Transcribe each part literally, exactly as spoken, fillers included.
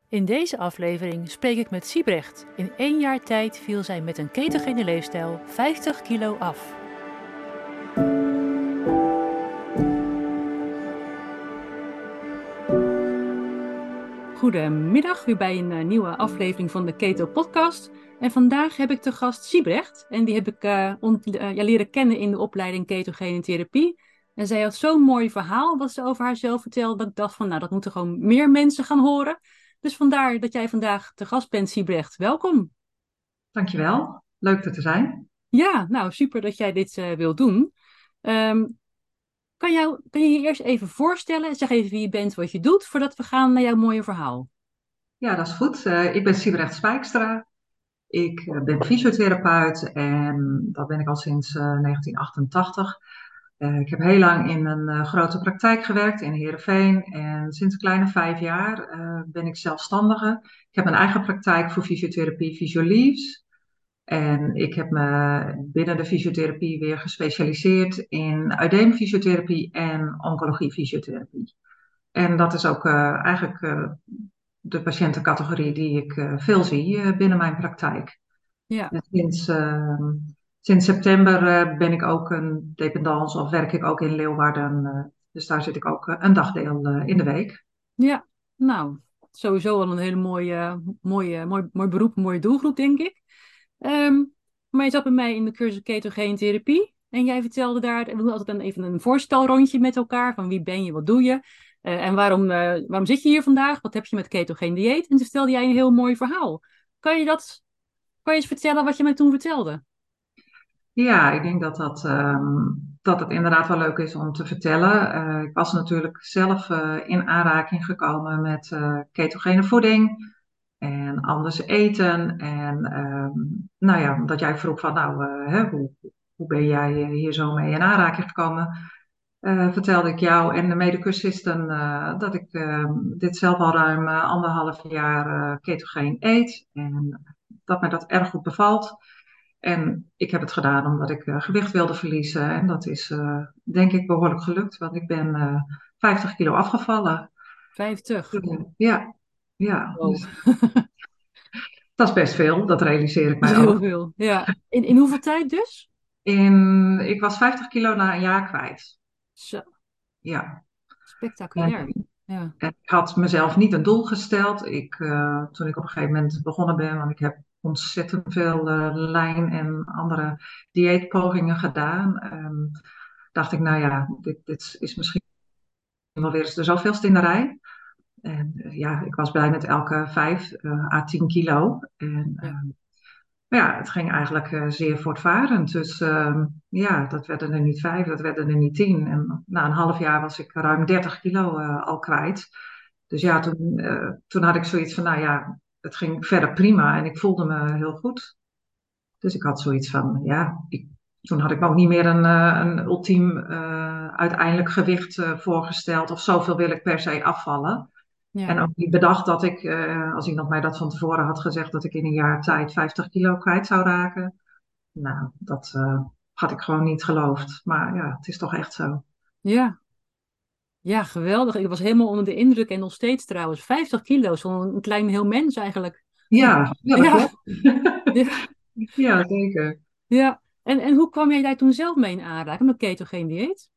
In deze aflevering spreek ik met Siebrecht. In één jaar tijd viel zij met een ketogene leefstijl vijftig kilo af. Goedemiddag, weer bij een uh, nieuwe aflevering van de Keto Podcast. En vandaag heb ik te gast Siebrecht. En die heb ik uh, ont- uh, ja, leren kennen in de opleiding ketogene therapie. En zij had zo'n mooi verhaal wat ze over haarzelf vertelde, dat ik dacht van nou, dat moeten gewoon meer mensen gaan horen. Dus vandaar dat jij vandaag te gast bent, Siebrecht. Welkom. Dankjewel, leuk er te zijn. Ja, nou super dat jij dit uh, wilt doen. Um, kan, jou, kan je je eerst even voorstellen? Zeg even wie je bent, wat je doet, voordat we gaan naar jouw mooie verhaal. Ja, dat is goed. Uh, ik ben Siebrecht Spijkstra. Ik uh, ben fysiotherapeut en dat ben ik al sinds uh, negentien achtentachtig. Uh, ik heb heel lang in een uh, grote praktijk gewerkt in Heerenveen en sinds een kleine vijf jaar uh, ben ik zelfstandige. Ik heb een eigen praktijk voor fysiotherapie, Fysioliefs. En ik heb me binnen de fysiotherapie weer gespecialiseerd in eudeemfysiotherapie en oncologie-fysiotherapie. En dat is ook uh, eigenlijk uh, de patiëntencategorie die ik uh, veel zie uh, binnen mijn praktijk. Ja, En sinds, uh, sinds september uh, ben ik ook een dependance of werk ik ook in Leeuwarden. Uh, dus daar zit ik ook uh, een dagdeel uh, in de week. ja. Nou, sowieso al een hele mooie, mooie, mooi, mooi beroep, een mooie doelgroep, denk ik. Um, maar je zat bij mij in de cursus ketogene therapie. En jij vertelde daar, en we doen altijd dan even een voorstelrondje met elkaar. Van wie ben je, wat doe je? Uh, en waarom, uh, waarom zit je hier vandaag? Wat heb je met ketogene dieet? En toen vertelde jij een heel mooi verhaal. Kan je dat, kan je eens vertellen wat je mij toen vertelde? Ja, ik denk dat, dat, um, dat het inderdaad wel leuk is om te vertellen. Uh, ik was natuurlijk zelf uh, in aanraking gekomen met uh, ketogene voeding en anders eten. En um, nou ja, omdat jij vroeg van nou, uh, hè, hoe, hoe ben jij hier zo mee in aanraking gekomen? Uh, vertelde ik jou en de medecursisten uh, dat ik uh, dit zelf al ruim uh, anderhalf jaar uh, ketogeen eet. En dat mij dat erg goed bevalt. En ik heb het gedaan omdat ik uh, gewicht wilde verliezen. En dat is uh, denk ik behoorlijk gelukt, want ik ben uh, vijftig kilo afgevallen. vijftig. Ja, ja, Wow. dus dat is best veel, dat realiseer ik Dat is mij heel ook. veel. Ja. In, in hoeveel tijd dus? In, ik was vijftig kilo na een jaar kwijt. Zo, Ja. spectaculair. Ja. En ik had mezelf niet een doel gesteld. Ik, uh, toen ik op een gegeven moment begonnen ben, want ik heb ontzettend veel uh, lijn en andere dieetpogingen gedaan, um, dacht ik, nou ja, dit, dit is misschien wel weer eens de zoveelste in de rij. En uh, ja, ik was blij met elke vijf uh, à tien kilo. En Ja. uh, ja, het ging eigenlijk uh, zeer voortvarend. Dus uh, ja, dat werden er niet vijf, dat werden er niet tien. En na een half jaar was ik ruim dertig kilo uh, al kwijt. Dus ja, toen, uh, toen had ik zoiets van, nou ja, het ging verder prima en ik voelde me heel goed. Dus ik had zoiets van, ja, ik, toen had ik me ook niet meer een, uh, een ultiem uh, uiteindelijk gewicht uh, voorgesteld of zoveel wil ik per se afvallen. En Ja. ook niet bedacht dat ik, uh, als iemand mij dat van tevoren had gezegd, dat ik in een jaar tijd vijftig kilo kwijt zou raken. Nou, dat uh, had ik gewoon niet geloofd. Maar ja, het is toch echt zo. Ja. Ja, geweldig. Ik was helemaal onder de indruk en nog steeds trouwens. vijftig kilo, zo'n klein heel mens eigenlijk. Ja, ja, dat Ja, klopt. ja, Ja, zeker. ja. En, en hoe kwam jij daar toen zelf mee in aanraking met ketogeen dieet?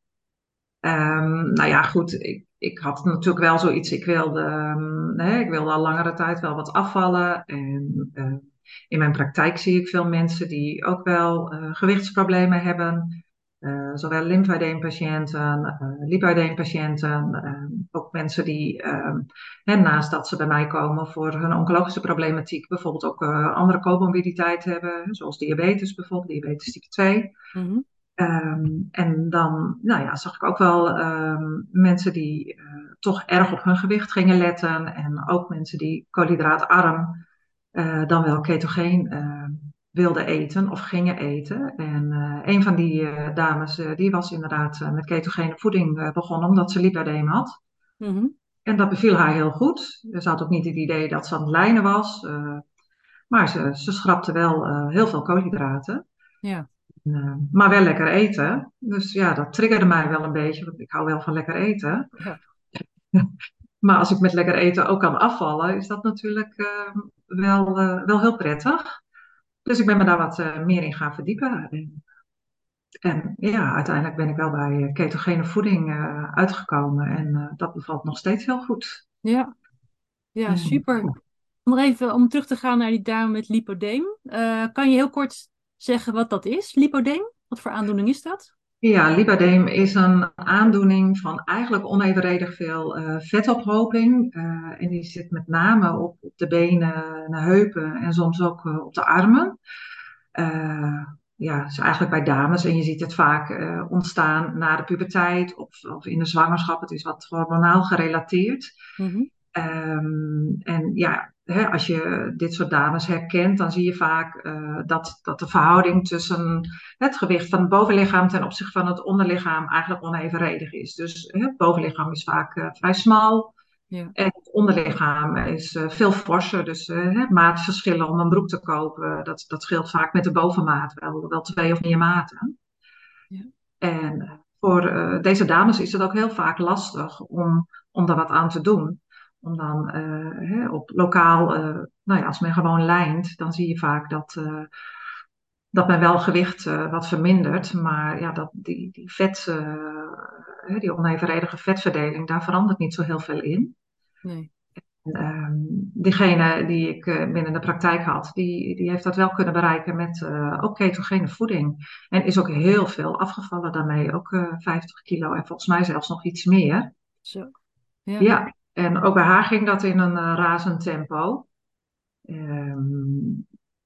Um, nou ja, goed. Ik, ik had natuurlijk wel zoiets. Ik wilde, um, hè, ik wilde al langere tijd wel wat afvallen. En uh, in mijn praktijk zie ik veel mensen die ook wel uh, gewichtsproblemen hebben. Uh, zowel lymfedeempatiënten, uh, lipödeempatiënten. Uh, ook mensen die, um, hè, naast dat ze bij mij komen voor hun oncologische problematiek, bijvoorbeeld ook uh, andere comorbiditeit hebben. Zoals diabetes bijvoorbeeld, diabetes type twee. Mhm. Um, en dan nou ja, zag ik ook wel um, mensen die uh, toch erg op hun gewicht gingen letten. En ook mensen die koolhydraatarm uh, dan wel ketogeen uh, wilden eten of gingen eten. En uh, een van die uh, dames uh, die was inderdaad uh, met ketogene voeding uh, begonnen omdat ze lipideem had. Mhm. En dat beviel haar heel goed. Ze had ook niet het idee dat ze aan het lijnen was. Uh, maar ze, ze schrapte wel uh, heel veel koolhydraten. Ja. Uh, maar wel lekker eten. Dus ja, dat triggerde mij wel een beetje, want ik hou wel van lekker eten. Ja. Maar als ik met lekker eten ook kan afvallen, is dat natuurlijk eh, wel, eh, wel heel prettig. Dus ik ben me daar wat eh, meer in gaan verdiepen. En, en ja, uiteindelijk ben ik wel bij eh, ketogene voeding eh, uitgekomen. En eh, dat bevalt nog steeds heel goed. Ja, ja, En, super. Om nog even om terug te gaan naar die dame met lipodeem. Eh, kan je heel kort zeggen wat dat is, lipodeem? Wat voor aandoening is dat? ja, lipodeem is een aandoening van eigenlijk onevenredig veel eh, vetophoping. Eh, en die zit met name op, op de benen, de heupen en soms ook eh, op de armen. Eh, ja, dus eigenlijk bij dames. En je ziet het vaak eh, ontstaan na de puberteit of, of in de zwangerschap. Het is wat hormonaal gerelateerd. Mhm. Ehm, en ja, hè, als je dit soort dames herkent, dan zie je vaak eh, dat, dat de verhouding tussen het gewicht van het bovenlichaam ten opzichte van het onderlichaam eigenlijk onevenredig is. Dus hè, het bovenlichaam is vaak eh, vrij smal Ja, en het onderlichaam is eh, veel forser. Dus eh, hè, maatverschillen om een broek te kopen, dat, dat scheelt vaak met de bovenmaat wel, wel twee of meer maten. ja, En voor eh, deze dames is het ook heel vaak lastig om, om daar wat aan te doen. Om dan eh, hè, op lokaal, eh, nou ja, als men gewoon lijnt, dan zie je vaak dat, eh, dat men wel gewicht eh, wat vermindert. Maar ja, dat, die, die vet, eh, hè, die onevenredige vetverdeling, daar verandert niet zo heel veel in. nee. Ehm, diegene die ik eh, binnen de praktijk had, die, die heeft dat wel kunnen bereiken met eh, ook ketogene voeding. En is ook heel veel afgevallen daarmee, ook eh, vijftig kilo en volgens mij zelfs nog iets meer. Zo. Ja, Ja, en ook bij haar ging dat in een eh, razend tempo. Ehm,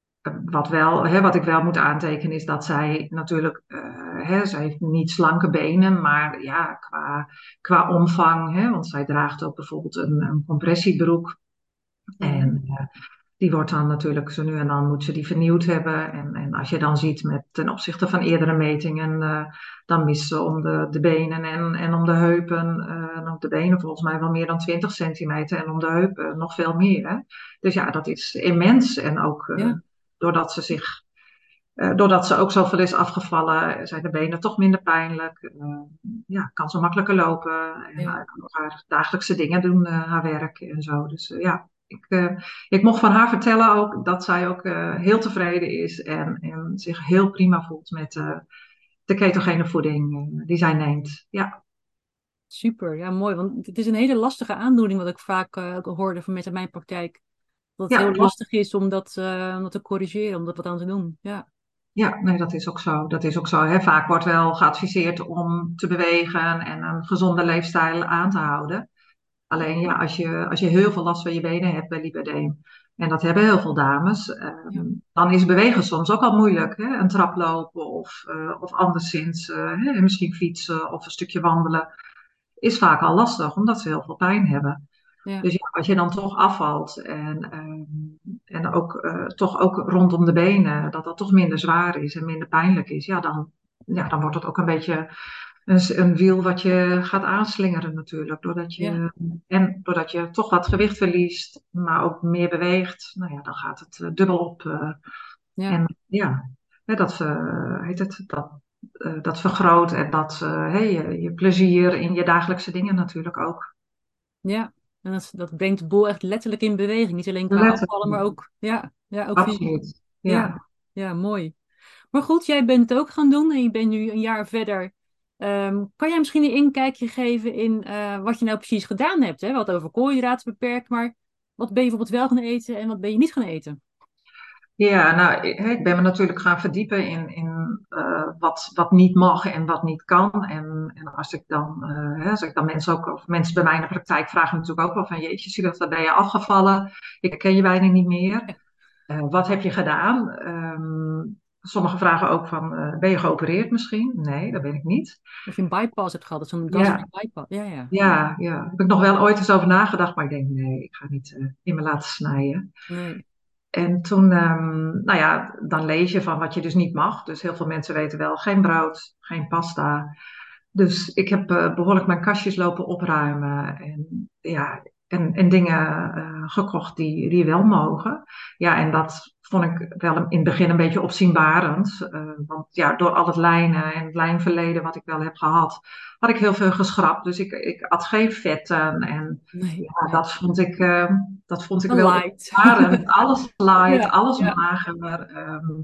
wat, wel, hè, wat ik wel moet aantekenen is dat zij natuurlijk, eh, hè, zij heeft niet slanke benen, maar ja, qua, qua omvang, hè, want zij draagt ook bijvoorbeeld een, een compressiebroek. mhm. En eh, die wordt dan natuurlijk zo nu en dan moet ze die vernieuwd hebben. En, en als je dan ziet met ten opzichte van eerdere metingen, eh, dan mist ze om de, de benen en, en om de heupen, eh, en om de benen volgens mij wel meer dan twintig centimeter en om de heupen nog veel meer. Hè? Dus ja, dat is immens. En ook eh, Ja, doordat ze zich, eh, doordat ze ook zoveel is afgevallen, zijn de benen toch minder pijnlijk. Eh, ja, kan ze makkelijker lopen en ja, uh, kan ook haar dagelijkse dingen doen, eh, haar werk en zo. Dus eh, ja. Ik, eh, ik mocht van haar vertellen ook dat zij ook eh, heel tevreden is en, en zich heel prima voelt met eh, de ketogene voeding eh, die zij neemt. Ja, super. Ja, mooi. Want het is een hele lastige aandoening, wat ik vaak eh, ook hoorde van mensen in mijn praktijk. Dat het ja, heel klopt. lastig is om dat, eh, om dat te corrigeren, om dat wat aan te doen. Ja, Ja, nee, dat is ook zo. Dat is ook zo. Hè. Vaak wordt wel geadviseerd om te bewegen en een gezonde leefstijl aan te houden. Alleen ja, als je, als je heel veel last van je benen hebt bij lipodeem, en dat hebben heel veel dames, ehm, ja, dan is bewegen soms ook al moeilijk. Hè? Een trap lopen of, eh, of anderszins, eh, hè? Misschien fietsen of een stukje wandelen is vaak al lastig, omdat ze heel veel pijn hebben. ja, Dus ja, als je dan toch afvalt en, ehm, en ook, eh, toch ook rondom de benen, dat dat toch minder zwaar is en minder pijnlijk is, ja, dan, ja, dan wordt het ook een beetje een, een wiel wat je gaat aanslingeren natuurlijk. Doordat ja, je, en doordat je toch wat gewicht verliest, maar ook meer beweegt, nou ja, dan gaat het eh, dubbel op. eh, ja, en ja, hè, dat, eh, heet het, dat, eh, dat vergroot en dat eh, hè, je, je plezier in je dagelijkse dingen natuurlijk ook. ja. En dat, dat brengt de boel echt letterlijk in beweging. Niet alleen qua afvallen, maar Letterlijk, ook, ja, ja, ook fysiek. absoluut. Ja, Ja. ja, mooi. Maar goed, jij bent het ook gaan doen en je bent nu een jaar verder. Ehm, kan jij misschien een inkijkje geven in eh, wat je nou precies gedaan hebt? Hè? Wat over koolhydraten beperkt, maar wat ben je bijvoorbeeld wel gaan eten en wat ben je niet gaan eten? Ja, nou, ik ik ben me natuurlijk gaan verdiepen in, in eh, wat, wat niet mag en wat niet kan. En, en als ik dan, eh, hè, als ik dan mensen ook, of mensen bij mij in de praktijk vragen natuurlijk ook wel van, jeetje, Silas, wat ben je afgevallen? Ik ken je bijna niet meer. Eh, wat heb je gedaan? Ehm, sommigen vragen ook van, eh, ben je geopereerd misschien? Nee, dat ben ik niet. Of je een bypass hebt gehad, dat is zo'n Ja, gastric bypass. Ja, ja. ja, ja. Daar heb ik nog wel ooit eens over nagedacht, maar ik denk, nee, ik ga niet eh, in me laten snijden. Nee. En toen, ehm, nou ja, dan lees je van wat je dus niet mag. Dus heel veel mensen weten wel, geen brood, geen pasta. Dus ik heb eh, behoorlijk mijn kastjes lopen opruimen en, ja, en, en dingen eh, gekocht die, die wel mogen. Ja, en dat vond ik wel in het begin een beetje opzienbarend. Uh, want ja, door al het lijnen en het lijnverleden wat ik wel heb gehad, had ik heel veel geschrapt. Dus ik, ik at geen vetten. En Nee, ja, nee. dat vond ik, uh, dat vond ik Een wel light. opzienbarend. Alles light, Ja, alles ja. mager. Um,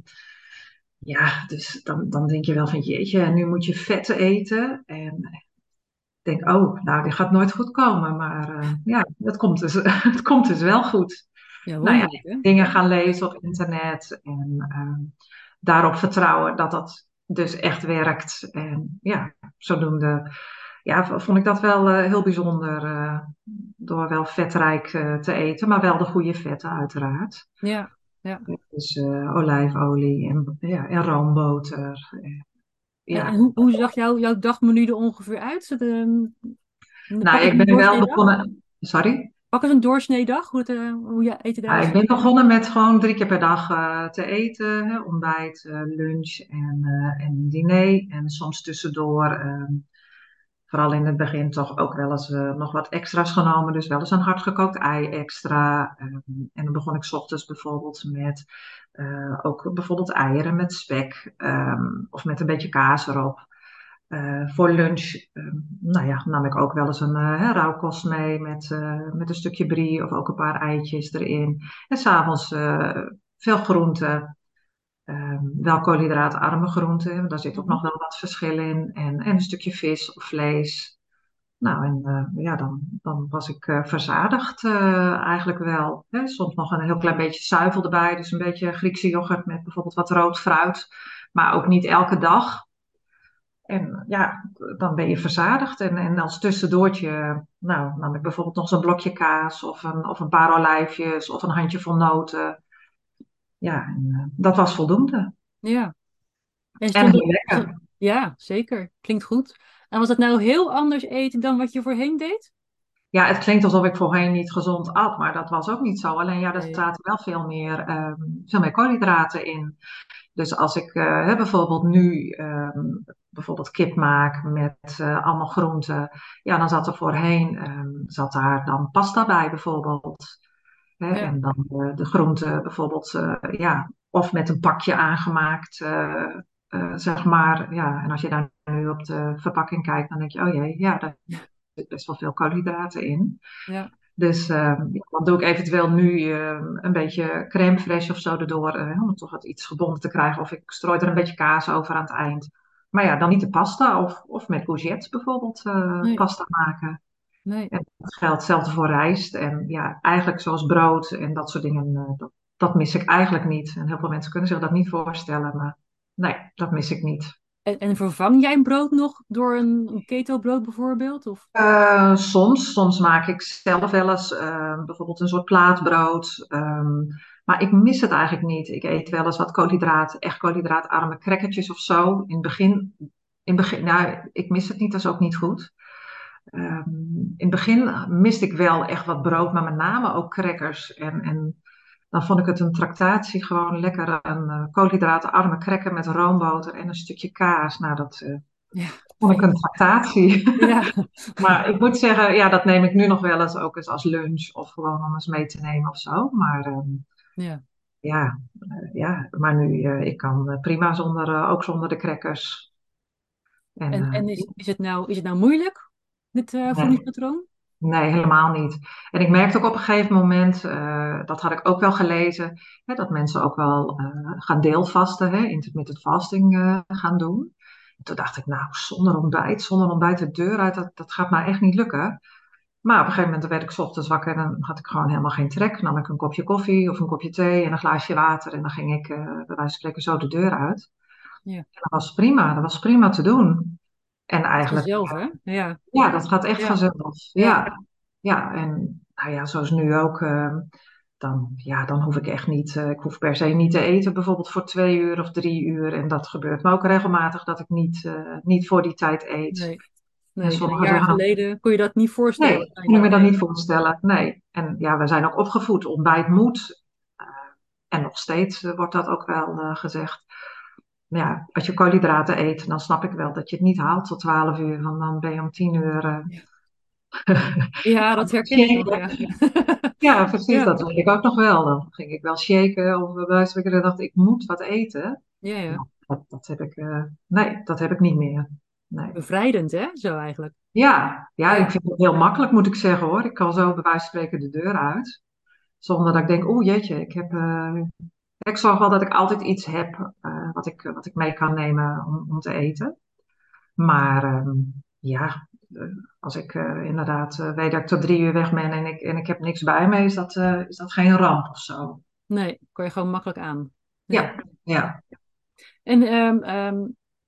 ja, dus dan, dan denk je wel van jeetje, nu moet je vetten eten. En ik denk, oh, nou, dit gaat nooit goed komen. Maar uh, ja, het komt, dus, het komt dus wel goed. Ja, Nou ja, wonderlijk, hè? dingen gaan Ja. lezen op internet en uh, daarop vertrouwen dat dat dus echt werkt. En ja, zodoende ja, vond ik dat wel uh, heel bijzonder uh, door wel vetrijk uh, te eten, maar wel de goede vetten uiteraard. Ja, ja. Dus uh, olijfolie en, ja, en roomboter. En, en Ja. hoe, hoe zag jouw jouw dagmenu er ongeveer uit? Zit, ehm, pak Nou, eens ik een ben wel doorsnee dag. begonnen. Sorry? Pak eens een doorsnee dag, hoe, het, eh, hoe je eten Nou, eruit ik ziet. ben begonnen met gewoon drie keer per dag uh, te eten. Hè, ontbijt, uh, lunch en, uh, en diner. En soms tussendoor, um, vooral in het begin, toch ook wel eens uh, nog wat extra's genomen. Dus wel eens een hardgekookt ei extra. Um, en dan begon ik 's ochtends bijvoorbeeld met uh, ook bijvoorbeeld eieren met spek. Um, of met een beetje kaas erop. Uh, voor lunch, uh, nou ja, nam ik ook wel eens een uh, hè, rauwkost mee met, uh, met een stukje brie of ook een paar eitjes erin. En s'avonds uh, veel groenten, um, wel koolhydraatarme groenten, want daar zit ook Mhm. nog wel wat verschil in. En, en een stukje vis of vlees. Nou, en uh, ja, dan, dan was ik uh, verzadigd uh, eigenlijk wel. Hè. Soms nog een heel klein beetje zuivel erbij, dus een beetje Griekse yoghurt met bijvoorbeeld wat rood fruit. Maar ook niet elke dag. En ja, dan ben je verzadigd. En, en als tussendoortje, nou, nam ik bijvoorbeeld nog zo'n blokje kaas of een, of een paar olijfjes of een handjevol noten. Ja, en, uh, dat was voldoende. Ja. En En stond heel dat... was lekker. het- Ja, zeker. Klinkt goed. En was dat nou heel anders eten dan wat je voorheen deed? Ja, het klinkt alsof ik voorheen niet gezond at, maar dat was ook niet zo. Alleen ja, er Nee. zaten wel veel meer, um, veel meer koolhydraten in. Dus als ik uh, hè, bijvoorbeeld nu um, bijvoorbeeld kip maak met uh, allemaal groenten, ja, dan zat er voorheen um, zat daar dan pasta bij bijvoorbeeld. Hè, Ja. en dan uh, de groenten bijvoorbeeld, uh, ja, of met een pakje aangemaakt, uh, uh, zeg maar. Ja, en als je daar nu op de verpakking kijkt, dan denk je, oh jee, ja, daar zit best wel veel koolhydraten in. Ja. Dus uh, ja, dan doe ik eventueel nu uh, een beetje crème fraîche of zo erdoor, uh, om het toch wat iets gebonden te krijgen. Of ik strooi er een beetje kaas over aan het eind. Maar ja, dan niet de pasta of, of met courgettes bijvoorbeeld uh, Nee. pasta maken. Nee. En dat geldt hetzelfde voor rijst. En ja, eigenlijk zoals brood en dat soort dingen, uh, dat, dat mis ik eigenlijk niet. En heel veel mensen kunnen zich dat niet voorstellen, maar nee, dat mis ik niet. En, en vervang jij een brood nog door een, een keto brood bijvoorbeeld? Of? Uh, soms, soms maak ik zelf wel eens uh, bijvoorbeeld een soort plaatbrood. Um, maar ik mis het eigenlijk niet. Ik eet wel eens wat koolhydraat, echt koolhydraatarme crackertjes of zo. In het begin, in het begin, nou, ik mis het niet, dat is ook niet goed. Um, in het begin miste ik wel echt wat brood, maar met name ook crackers. En, en dan vond ik het een tractatie gewoon lekker een uh, koolhydraatarme cracker met roomboter en een stukje kaas. Nou, dat uh, Ja, vond ik een tractatie. ja, Maar ik moet zeggen, ja, dat neem ik nu nog wel eens ook eens als lunch of gewoon om eens mee te nemen of zo. Maar ehm, ja. ja, eh, ja, maar nu, eh, ik kan eh, prima zonder, eh, ook zonder de crackers. En En, en eh, is, is het nou, is het nou moeilijk, dit eh, nee, voedingspatroon? nee, helemaal niet. En ik merkte ook op een gegeven moment, eh, dat had ik ook wel gelezen, hè, dat mensen ook wel eh, gaan deelvasten, hè, intermittent fasting eh, gaan doen. En toen dacht ik, nou, zonder ontbijt, zonder ontbijt de deur uit, dat, dat gaat mij echt niet lukken. Maar op een gegeven moment werd ik 's ochtends wakker en dan had ik gewoon helemaal geen trek. Nam ik een kopje koffie of een kopje thee en een glaasje water en dan ging ik uh, bij wijze van spreken zo de deur uit. Ja, En dat was prima, dat was prima te doen. En het eigenlijk, vanzelf, hè? Ja, ja, dat gaat echt ja, vanzelf. ja, Ja, ja, en nou ja, zoals nu ook, uh, dan, ja, dan hoef ik echt niet, uh, ik hoef per se niet te eten, bijvoorbeeld voor twee uur of drie uur. En dat gebeurt me ook regelmatig dat ik niet, uh, niet voor die tijd eet. nee, En nee. En een sommigen jaar zeggen, geleden kon je dat niet voorstellen nee, kon ik waarschijnlijk. me dat Nee, niet voorstellen. Nee. En ja, we zijn ook opgevoed. Ontbijt moet. Uh, en nog steeds uh, wordt dat ook wel uh, gezegd. Maar ja, als je koolhydraten eet, dan snap ik wel dat je het niet haalt tot twaalf uur. Want dan ben je om tien uur uh, ja, Ja, dat herken ik nog, ja. Shaken. Ja, precies, Ja, dat weet ik ook nog wel. Dan ging ik wel shaken of bij wijze van spreken, dan dacht ik, ik moet wat eten. ja, ja. Nou, dat, dat heb ik, eh, nee, dat heb ik niet meer. Nee. Bevrijdend, hè? Zo eigenlijk. Ja, ja, ik Ja, vind het heel makkelijk, moet ik zeggen hoor. Ik kan zo bij wijze van spreken de deur uit. Zonder dat ik denk, oeh jeetje, ik heb, eh, ik zorg wel dat ik altijd iets heb eh, wat ik, wat ik mee kan nemen om, om te eten. Maar ehm, ja, eh, als ik eh, inderdaad eh, weet dat ik tot drie uur weg ben en ik, en ik heb niks bij me, is dat, eh, is dat geen ramp of zo. nee, kon je gewoon makkelijk aan. Ja. Ja, ja, En ehm, ehm,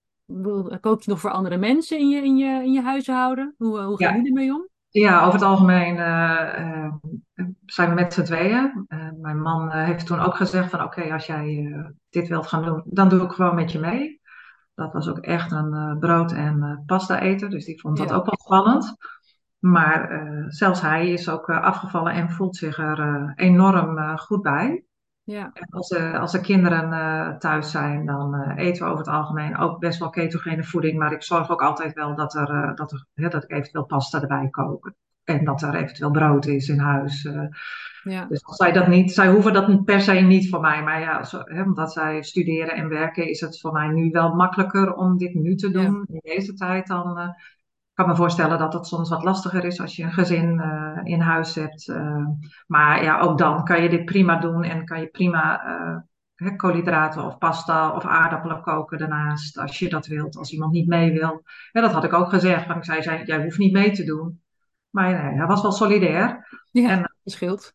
wil- kook je nog voor andere mensen in je, in je, in je huishouden? Hoe, eh, hoe ga je ja. ermee om? Ja, over het algemeen eh, eh, zijn we met z'n tweeën. Eh, mijn man eh, heeft toen ook gezegd van oké, als jij eh, dit wilt gaan doen, dan doe ik gewoon met je mee. Dat was ook echt een eh, brood- en eh, pasta-eter, dus die vond dat Ja, ook wel spannend. Maar eh, zelfs hij is ook eh, afgevallen en voelt zich er eh, enorm eh, goed bij. ja, En als, er als er kinderen eh, thuis zijn, dan eh, eten we over het algemeen ook best wel ketogene voeding. Maar ik zorg ook altijd wel dat, er, eh, dat, er, ja, dat ik eventueel pasta erbij kook. En dat er eventueel brood is in huis. eh. ja, Dus als zij dat niet, zij hoeven dat per se niet voor mij. Maar ja, zo, hè, omdat zij studeren en werken, is het voor mij nu wel makkelijker om dit nu te ja, doen in deze tijd dan. eh, ik kan me voorstellen dat het soms wat lastiger is als je een gezin eh, in huis hebt. eh. maar ja, ook dan kan je dit prima doen en kan je prima eh, hè, koolhydraten of pasta of aardappelen koken daarnaast, als je dat wilt, als iemand niet mee wil. Ja, dat had ik ook gezegd, want ik zei, jij, jij hoeft niet mee te doen. Maar nee, hij was wel solidair. ja, En, verschilt.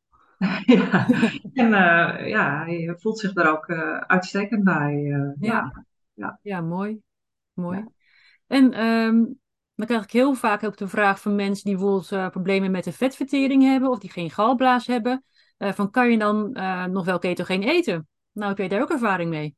ja, en eh, ja, hij voelt zich er ook eh, uitstekend bij. eh, Ja, ja, ja, ja, mooi, mooi. ja. En ehm, dan krijg ik heel vaak ook de vraag van mensen die bijvoorbeeld eh, problemen met de vetvertering hebben of die geen galblaas hebben, eh, van kan je dan eh, nog wel ketogeen eten? Nou, heb jij daar ook ervaring mee?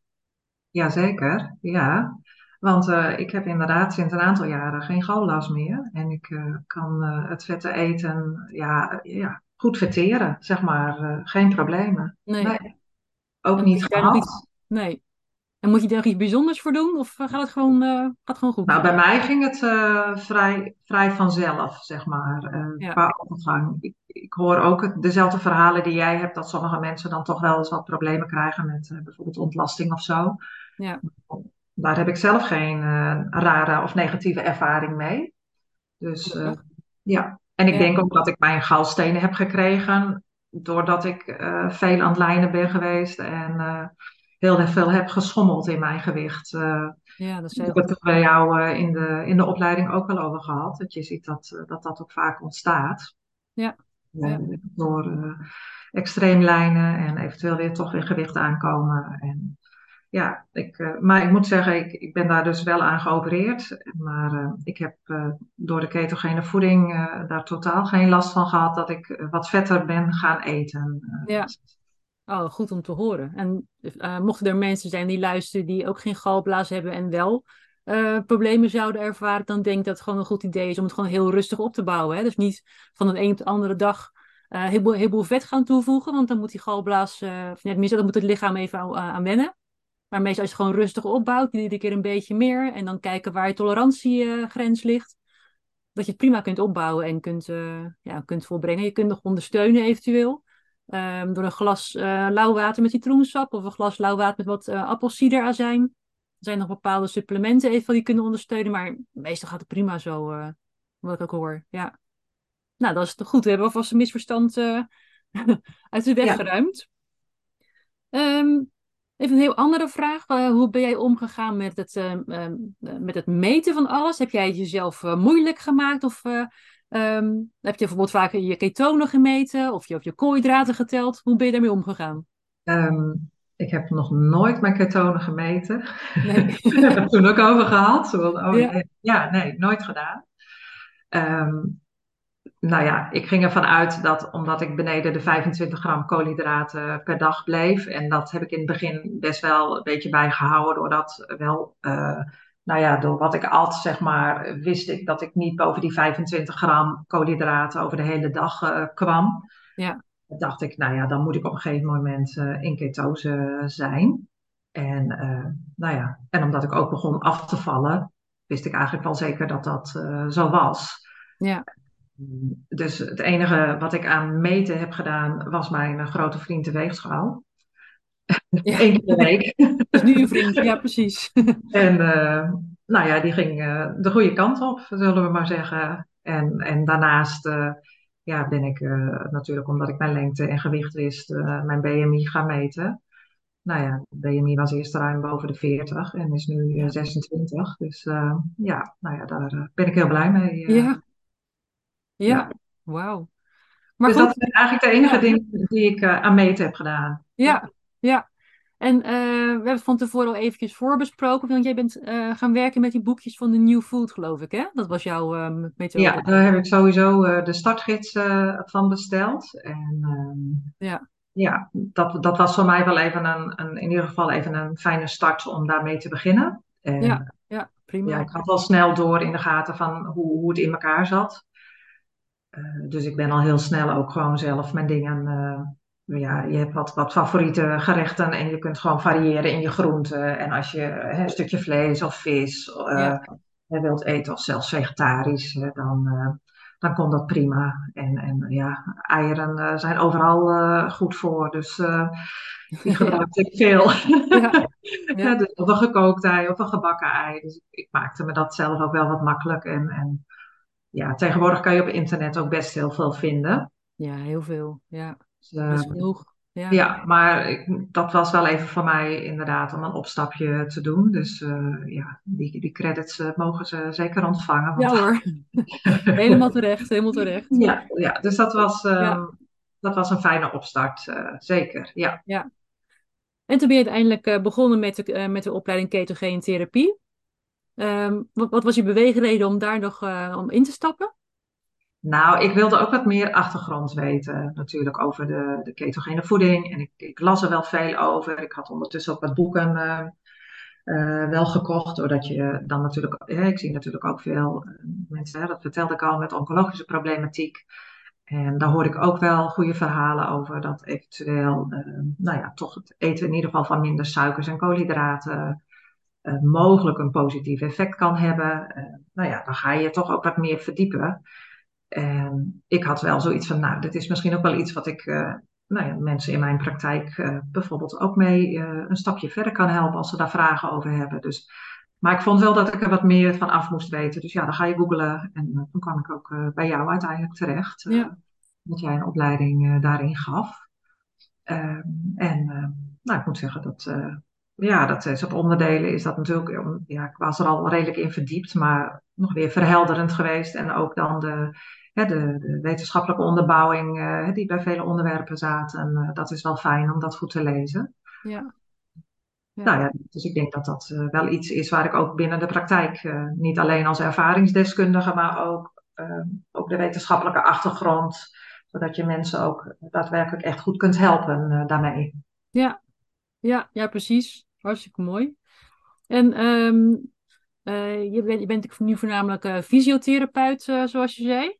Jazeker, ja. Want eh, ik heb inderdaad sinds een aantal jaren geen galblaas meer. En ik eh, kan eh, het vette eten ja, ja, goed verteren, zeg maar. Eh, geen problemen. Nee. Nee, ook En moet niet je daar nog iets... gehad. Nee. En moet je daar nog iets bijzonders voor doen of eh, gaat het gewoon, eh, gaat gewoon goed? Nou, bij mij ging het eh, vrij, vrij vanzelf, zeg maar, eh, Ja, qua overgang. Ik, ik hoor ook het- dezelfde verhalen die jij hebt, dat sommige mensen dan toch wel eens wat problemen krijgen met eh, bijvoorbeeld ontlasting of zo. ja, Daar heb ik zelf geen eh, rare of negatieve ervaring mee. Dus eh, gelukkig. ja, en ik Ja, denk ook dat ik mijn galstenen heb gekregen doordat ik eh, veel aan het lijnen ben geweest en eh, heel erg veel heb geschommeld in mijn gewicht. Eh, ja, dat is ik heel heb het goed. er bij jou eh, in de, in de opleiding ook al over gehad. Dat je ziet dat eh, dat, dat ook vaak ontstaat. Ja, Eh, ja, door eh, extreem lijnen en eventueel weer toch weer gewicht aankomen. En ja, ik, eh, maar ik moet zeggen, ik, ik ben daar dus wel aan geopereerd. Maar eh, ik heb eh, door de ketogene voeding eh, daar totaal geen last van gehad dat ik eh, wat vetter ben gaan eten. ja. Oh, goed om te horen. En eh, mochten er mensen zijn die luisteren die ook geen galblaas hebben en wel eh, problemen zouden ervaren, dan denk ik dat het gewoon een goed idee is om het gewoon heel rustig op te bouwen. Hè? Dus niet van de een op de andere dag eh heel, veel- heel veel vet gaan toevoegen, want dan moet die galblaas, eh of net tenminste, dan moet het lichaam even aan, aan wennen. Maar meestal als je het gewoon rustig opbouwt, iedere keer een beetje meer, en dan kijken waar je tolerantiegrens ligt, dat je het prima kunt opbouwen en kunt, eh, ja, kunt volbrengen. Je kunt nog ondersteunen eventueel. Ehm, door een glas eh, lauw water met citroensap of een glas lauw water met wat uh, appelsiederazijn. Er zijn nog bepaalde supplementen eventueel die kunnen ondersteunen, maar meestal gaat het prima zo, eh, wat ik ook hoor. Ja. Nou, dat is toch goed. We hebben alvast een misverstand eh, uit de weg Ja, geruimd. Ehm, even een heel andere vraag. Eh, hoe ben jij omgegaan met het, ehm, ehm, eh, met het meten van alles? Heb jij het jezelf eh, moeilijk gemaakt? Of eh, ehm, heb je bijvoorbeeld vaak je ketonen gemeten? Of je, of je koolhydraten geteld? Hoe ben je daarmee omgegaan? ehm, ik heb nog nooit mijn ketonen gemeten. Nee. We hebben het toen ook over gehad. Zo van, oh Ja, nee, ja, nee, nooit gedaan. Ehm, Nou ja, ik ging ervan uit dat omdat ik beneden de vijfentwintig gram koolhydraten per dag bleef, en dat heb ik in het begin best wel een beetje bijgehouden, doordat wel, eh, nou ja, door wat ik at, zeg maar, wist ik dat ik niet boven die vijfentwintig gram koolhydraten over de hele dag eh, kwam. ja, Dan dacht ik, nou ja, dan moet ik op een gegeven moment eh, in ketose zijn. En, eh, nou ja, en omdat ik ook begon af te vallen, wist ik eigenlijk wel zeker dat dat eh, zo was. ja, Dus het enige wat ik aan meten heb gedaan was mijn eh, grote vriend de weegschaal. Ja, Eén keer per week. dat is nu je vriend. Ja, precies. En eh, nou ja, die ging eh, de goede kant op, zullen we maar zeggen. En, en daarnaast eh, ja, ben ik eh, natuurlijk, omdat ik mijn lengte en gewicht wist, eh, mijn B M I gaan meten. Nou ja, B M I was eerst ruim boven de veertig en is nu eh, Ja, zesentwintig. Dus eh, ja, nou ja, daar eh, ben ik heel blij mee. eh, ja, ja. ja. Wauw. Maar Dus dat goed, zijn eigenlijk de enige ja, dingen die ik eh, aan meten heb gedaan. Ja. ja, ja. En eh, we hebben het van tevoren al eventjes voorbesproken, want jij bent eh, gaan werken met die boekjes van de New Food, geloof ik, hè? Dat was jouw ehm, Ja, methode. daar heb ik sowieso eh, de startgids eh, van besteld. En ehm, Ja, ja, dat, dat was voor mij wel even een, een, in ieder geval even een fijne start om daarmee te beginnen. ja, En ja, ja, prima. ik had al snel door in de gaten van hoe, hoe het in elkaar zat. Eh, dus ik ben al heel snel ook gewoon zelf mijn dingen. eh, ja, je hebt wat, wat favoriete gerechten en je kunt gewoon variëren in je groenten. En als je hè, een stukje vlees of vis eh, Ja, hè, wilt eten, of zelfs vegetarisch, hè, dan, eh, dan komt dat prima. En, en ja, eieren eh, zijn overal eh, goed voor. Dus eh, die ja, gebruik ik veel. ja, Ja, ja, dus of een gekookt ei of een gebakken ei. Dus ik, ik maakte me dat zelf ook wel wat makkelijk. En, en ja, tegenwoordig kan je op internet ook best heel veel vinden. ja, heel veel. Ja, Dus, eh, dat is genoeg. Ja, ja, maar ik, dat was wel even voor mij inderdaad om een opstapje te doen. Dus eh, ja, die, die credits eh, mogen ze zeker ontvangen. ja Want hoor, helemaal terecht, helemaal terecht. ja, ja, dus dat was, Ja, ehm, dat was een fijne opstart, eh, zeker. Ja. ja. En toen ben je uiteindelijk eh, begonnen met de, eh, met de opleiding ketogene therapie. Ehm, wat, wat was je beweegreden om daar nog eh, om in te stappen? Nou, ik wilde ook wat meer achtergrond weten, natuurlijk over de, de ketogene voeding. En ik, ik las er wel veel over. Ik had ondertussen ook wat boeken eh, eh, wel gekocht, doordat je dan natuurlijk, eh, ik zie natuurlijk ook veel eh, mensen, hè, dat vertelde ik al, met oncologische problematiek. En daar hoor ik ook wel goede verhalen over, dat eventueel, eh, nou ja, toch het eten in ieder geval van minder suikers en koolhydraten eh, mogelijk een positief effect kan hebben. Eh, nou ja, dan ga je toch ook wat meer verdiepen. En ik had wel zoiets van, nou, dit is misschien ook wel iets wat ik eh, nou ja, mensen in mijn praktijk eh, bijvoorbeeld ook mee eh, een stapje verder kan helpen als ze daar vragen over hebben. Dus, maar ik vond wel dat ik er wat meer van af moest weten. Dus ja, dan ga je googlen en eh, toen kwam ik ook eh, bij jou uiteindelijk terecht. eh, Ja, dat jij een opleiding eh, daarin gaf. Ehm, en eh, nou, ik moet zeggen dat, eh, ja, dat is op onderdelen is dat natuurlijk, eh, ja, ik was er al redelijk in verdiept, maar nog weer verhelderend geweest. En ook dan de, hè, de, de wetenschappelijke onderbouwing eh, die bij vele onderwerpen zaten, eh, dat is wel fijn om dat goed te lezen. ja, ja, Nou ja, dus ik denk dat dat eh, wel iets is waar ik ook binnen de praktijk, eh, niet alleen als ervaringsdeskundige, maar ook, eh, ook de wetenschappelijke achtergrond, zodat je mensen ook daadwerkelijk echt goed kunt helpen eh, daarmee. ja, ja, ja, precies. Hartstikke mooi. En ehm, eh, je bent, je bent nu voornamelijk eh, fysiotherapeut, eh, zoals je zei.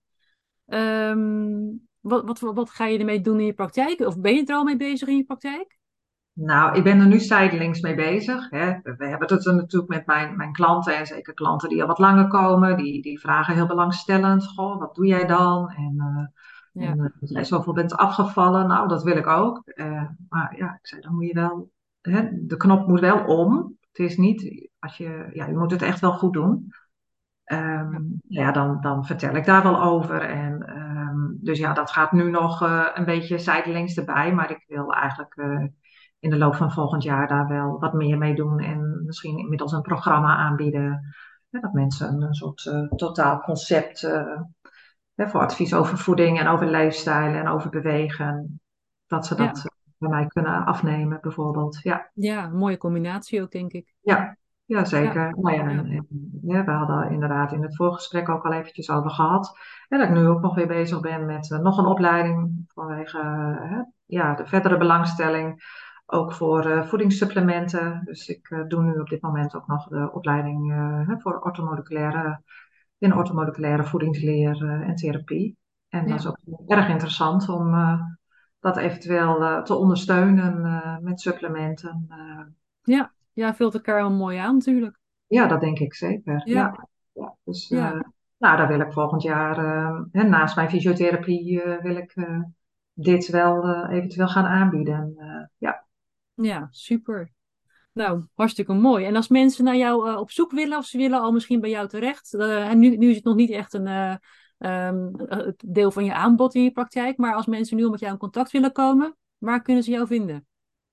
Ehm, wat, wat, wat ga je ermee doen in je praktijk? Of ben je er al mee bezig in je praktijk? Nou, ik ben er nu zijdelings mee bezig. Hè. We hebben het er natuurlijk met mijn, mijn klanten en zeker klanten die al wat langer komen. Die, die vragen heel belangstellend. Goh, wat doe jij dan? En, eh, Ja, en eh, dat jij zoveel bent afgevallen. Nou, dat wil ik ook. Eh, maar ja, ik zei, dan moet je wel... Hè, de knop moet wel om. Het is niet... Als je, ja, je moet het echt wel goed doen. Ehm, ja, ja, dan, dan vertel ik daar wel over. En, ehm, dus ja, dat gaat nu nog eh, een beetje zijdelings erbij. Maar ik wil eigenlijk eh, in de loop van volgend jaar daar wel wat meer mee doen. En misschien inmiddels een programma aanbieden. Hè, dat mensen een, soort uh, totaal concept uh, hè, voor advies over voeding en over leefstijl en over bewegen. Dat ze dat ja, uh, bij mij kunnen afnemen, bijvoorbeeld. Ja. ja, een mooie combinatie ook, denk ik. Ja, ja Ja, zeker. Nou ja, ja, en, en, ja, we hadden inderdaad in het voorgesprek ook al eventjes over gehad. En dat ik nu ook nog weer bezig ben met eh, nog een opleiding vanwege eh, hè, ja, de verdere belangstelling. Ook voor eh, voedingssupplementen. Dus ik eh, doe nu op dit moment ook nog de opleiding eh, hè, voor orthomoleculaire, in orthomoleculaire voedingsleer eh, en therapie. En dat is ja, ook erg interessant om eh, dat eventueel eh, te ondersteunen eh, met supplementen. eh, ja, ja, vult elkaar wel mooi aan, natuurlijk. Ja, dat denk ik zeker. Ja, Ja, ja. Dus ja, eh, Nou, daar wil ik volgend jaar, eh, hè, naast mijn fysiotherapie, eh, wil ik eh, dit wel eh, eventueel gaan aanbieden. Eh, ja. Ja, super. Nou, hartstikke mooi. En als mensen naar jou eh, op zoek willen, of ze willen al misschien bij jou terecht, eh, en nu, nu is het nog niet echt een eh, ehm, eh, het deel van je aanbod in je praktijk, maar als mensen nu met jou in contact willen komen, waar kunnen ze jou vinden?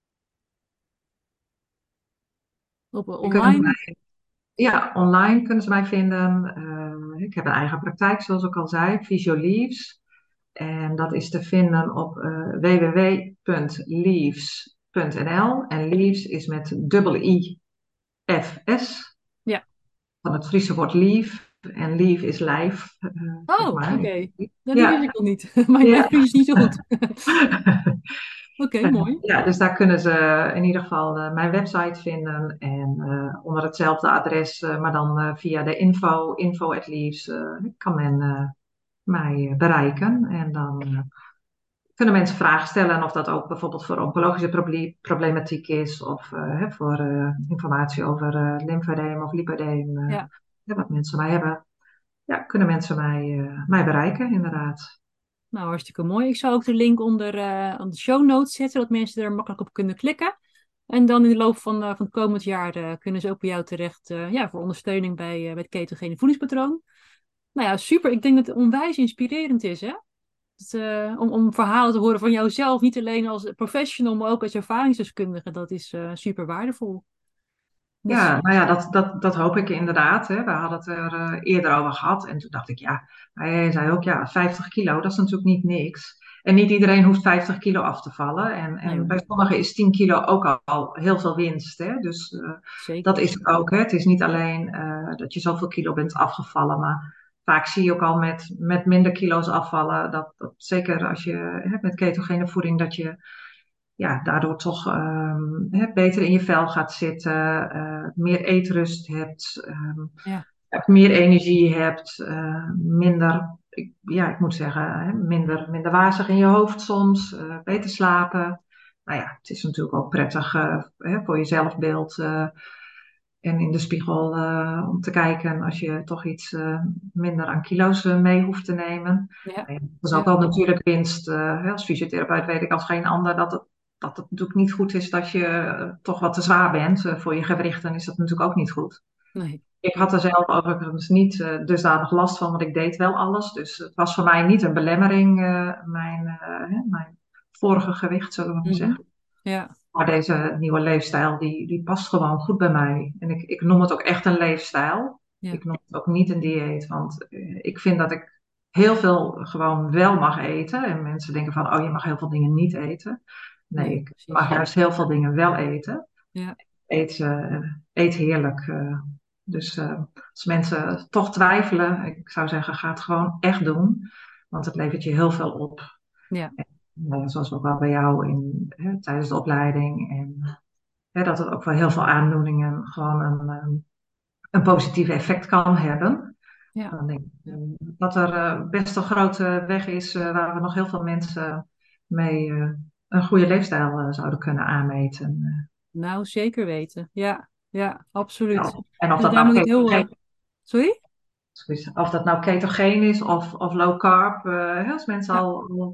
Op eh, Die kunnen online? mij, ja, online kunnen ze mij vinden. Eh, ik heb een eigen praktijk, zoals ik al zei, Fysioliefs. En dat is te vinden op eh w w w punt leaves punt n l. En Leaves is met dubbel I F S, Ja. van het Friese woord lief. En lief is lijf, eh, zeg Oh, maar. oké. Nou, die wist Ja, ik nog niet. Mijn, mijn ja. Fries is niet zo goed. Oké, Eh, mooi. ja, dus daar kunnen ze in ieder geval eh, mijn website vinden en eh, onder hetzelfde adres, eh, maar dan eh, via de info, info at leaves, eh, kan men eh, mij bereiken. En dan eh, kunnen mensen vragen stellen of dat ook bijvoorbeeld voor oncologische proble- problematiek is of eh, hè, voor eh, informatie over eh lymfedeem of lipodeem, eh, Ja. ja, wat mensen mij hebben. Ja, kunnen mensen mij, eh, mij bereiken, inderdaad. Nou, hartstikke mooi. Ik zal ook de link onder, eh, aan de show notes zetten, dat mensen er makkelijk op kunnen klikken. En dan in de loop van, eh, van het komend jaar eh, kunnen ze ook bij jou terecht eh, ja, voor ondersteuning bij, eh, bij het ketogene voedingspatroon. Nou ja, super. Ik denk dat het onwijs inspirerend is, hè? Dat, eh, om, om verhalen te horen van jouzelf, niet alleen als professional, maar ook als ervaringsdeskundige. Dat is eh, super waardevol. Dus Ja, nou ja, dat, dat, dat hoop ik inderdaad. Hè. We hadden het er eh, eerder over gehad. En toen dacht ik, ja, hij zei ook, ja, vijftig kilo, dat is natuurlijk niet niks. En niet iedereen hoeft vijftig kilo af te vallen. En, nee en hoor, bij sommigen is tien kilo ook al, al heel veel winst. Hè. Dus eh, dat zeker. is het ook. Hè. Het is niet alleen eh, dat je zoveel kilo bent afgevallen, maar vaak zie je ook al met, met minder kilo's afvallen. Dat, dat zeker als je hè, met ketogene voeding, dat je ja, daardoor toch ehm, hè, beter in je vel gaat zitten, eh, meer eetrust hebt, ehm, Ja, meer energie hebt, eh, minder, ik, ja, ik moet zeggen, hè, minder, minder wazig in je hoofd soms, eh, beter slapen. Nou ja, het is natuurlijk ook prettig eh, hè, voor je zelfbeeld eh, en in de spiegel eh, om te kijken als je toch iets eh, minder aan kilo's eh, mee hoeft te nemen. ja, Nou ja, dat is ook ja. wel natuurlijk winst. eh, hè, als fysiotherapeut weet ik als geen ander dat het, dat het natuurlijk niet goed is dat je eh, toch wat te zwaar bent. Eh, voor je gewrichten is dat natuurlijk ook niet goed. Nee, Ik had er zelf overigens niet eh, dusdanig last van, want ik deed wel alles. Dus het was voor mij niet een belemmering, eh, mijn, eh, hè, mijn vorige gewicht, zullen we maar mhm. zeggen. Ja, Maar deze nieuwe leefstijl, die, die past gewoon goed bij mij. En ik, ik noem het ook echt een leefstijl. ja, Ik noem het ook niet een dieet, want eh, ik vind dat ik heel veel gewoon wel mag eten. En mensen denken van, oh, je mag heel veel dingen niet eten. Nee, nee, ik mag precies. juist heel veel dingen wel eten. Ja, Eet, eh, eet heerlijk. eh. Dus eh, als mensen toch twijfelen, ik zou zeggen, ga het gewoon echt doen. Want het levert je heel veel op. ja, En, eh, zoals ook wel bij jou in, hè, tijdens de opleiding. En hè, dat het ook voor heel veel aandoeningen gewoon een, eh, een positief effect kan hebben. ja. Dan denk ik eh, dat er eh, best een grote weg is eh, waar we nog heel veel mensen mee eh, een goede leefstijl eh, zouden kunnen aanmeten. Nou, zeker weten. Ja, ja, absoluut. Ja, en of Dus dat daarom nou is het heel... eh, ketogeen, Sorry? of dat nou ketogeen is of, of low carb. eh, hè, als mensen Ja, al, al,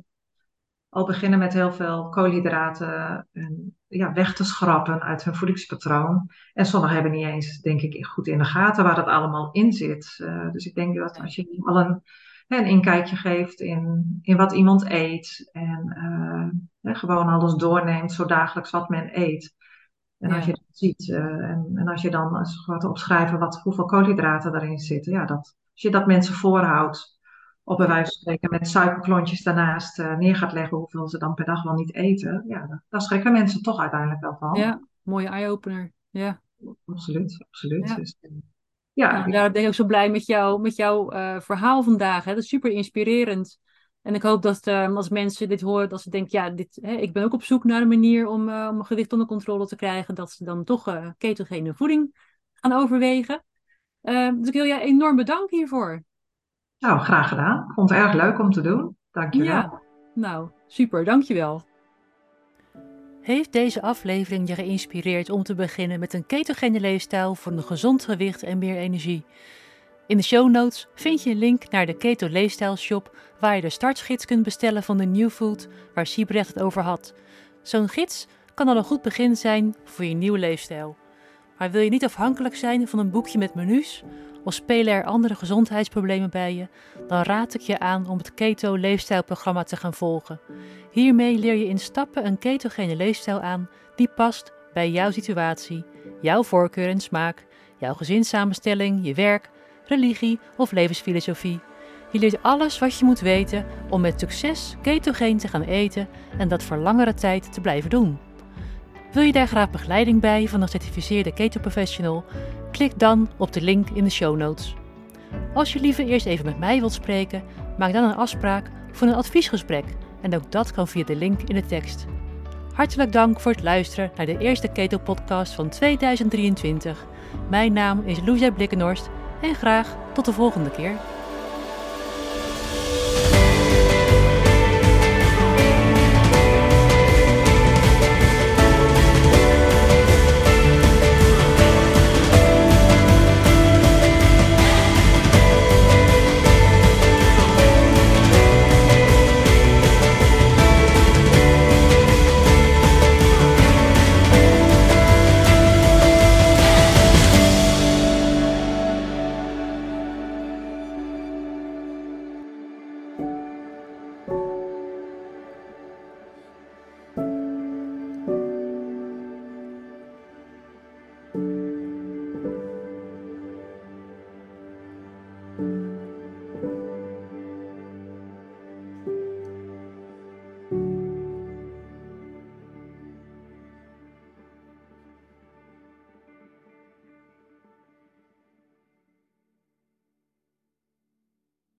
al beginnen met heel veel koolhydraten en, ja, weg te schrappen uit hun voedingspatroon. En sommigen hebben niet eens, denk ik, goed in de gaten waar het allemaal in zit. Eh, dus ik denk dat nee. als je al een, hè, een inkijkje geeft in, in wat iemand eet en eh, hè, gewoon alles doorneemt zo dagelijks wat men eet. En als je Ja, dat ziet, eh, en, en als je dan eens gaat opschrijven wat, hoeveel koolhydraten erin zitten, ja, dat, als je dat mensen voorhoudt, op bij ja, wijze van spreken met suikerklontjes daarnaast eh, neer gaat leggen hoeveel ze dan per dag wel niet eten, ja, daar, daar schrikken mensen toch uiteindelijk wel van. ja. Mooie eye-opener. Ja, Absoluut, absoluut. ja. Dus, eh, ja, Nou, ik, daar ben ik ook zo blij met jou, met jouw eh, verhaal vandaag. Hè. Dat is super inspirerend. En ik hoop dat eh, als mensen dit horen, dat ze denken, ja, dit, hè, ik ben ook op zoek naar een manier om, eh, om mijn gewicht onder controle te krijgen, dat ze dan toch eh ketogene voeding gaan overwegen. Eh, dus ik wil jij enorm bedanken hiervoor. nou, graag gedaan. Ik vond het erg leuk om te doen. Ja, Dankjewel. nou, super, dankjewel. Heeft deze aflevering je geïnspireerd om te beginnen met een ketogene leefstijl voor een gezond gewicht en meer energie? In de show notes vind je een link naar de Keto Leefstijl Shop waar je de startgids kunt bestellen van de New Food waar Siebrecht het over had. Zo'n gids kan al een goed begin zijn voor je nieuwe leefstijl. Maar wil je niet afhankelijk zijn van een boekje met menus of spelen er andere gezondheidsproblemen bij je, dan raad ik je aan om het Keto Leefstijlprogramma te gaan volgen. Hiermee leer je in stappen een ketogene leefstijl aan die past bij jouw situatie, jouw voorkeur en smaak, jouw gezinssamenstelling, je werk, religie of levensfilosofie. Je leert alles wat je moet weten om met succes ketogeen te gaan eten en dat voor langere tijd te blijven doen. Wil je daar graag begeleiding bij van een certificeerde keto professional? Klik dan op de link in de show notes. Als je liever eerst even met mij wilt spreken, maak dan een afspraak voor een adviesgesprek en ook dat kan via de link in de tekst. Hartelijk dank voor het luisteren naar de eerste Keto Podcast van tweeduizend drieëntwintig. Mijn naam is Loesja Blikkenhorst en graag tot de volgende keer.